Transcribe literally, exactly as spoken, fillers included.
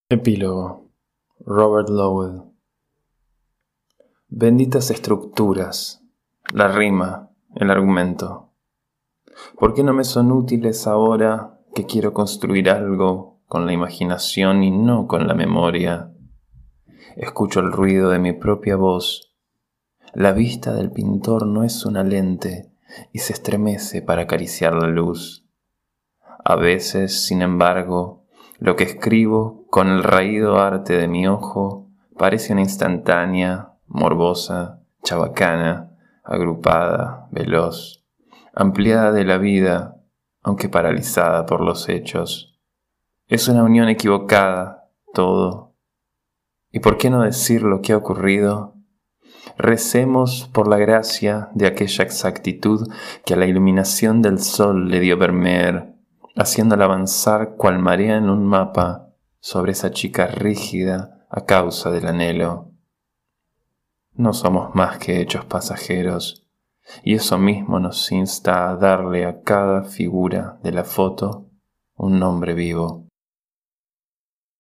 Epílogo. Robert Lowell. Benditas estructuras, la rima, el argumento. ¿Por qué no me son útiles ahora que quiero construir algo con la imaginación y no con la memoria? Escucho el ruido de mi propia voz. La vista del pintor no es una lente y se estremece para acariciar la luz. A veces, sin embargo, lo que escribo con el raído arte de mi ojo parece una instantánea, morbosa, chabacana, agrupada, veloz, ampliada de la vida, aunque paralizada por los hechos. Es una unión equivocada, todo. ¿Y por qué no decir lo que ha ocurrido? Recemos por la gracia de aquella exactitud que a la iluminación del sol le dio Vermeer, haciéndola avanzar cual marea en un mapa sobre esa chica rígida a causa del anhelo. No somos más que hechos pasajeros, y eso mismo nos insta a darle a cada figura de la foto un nombre vivo.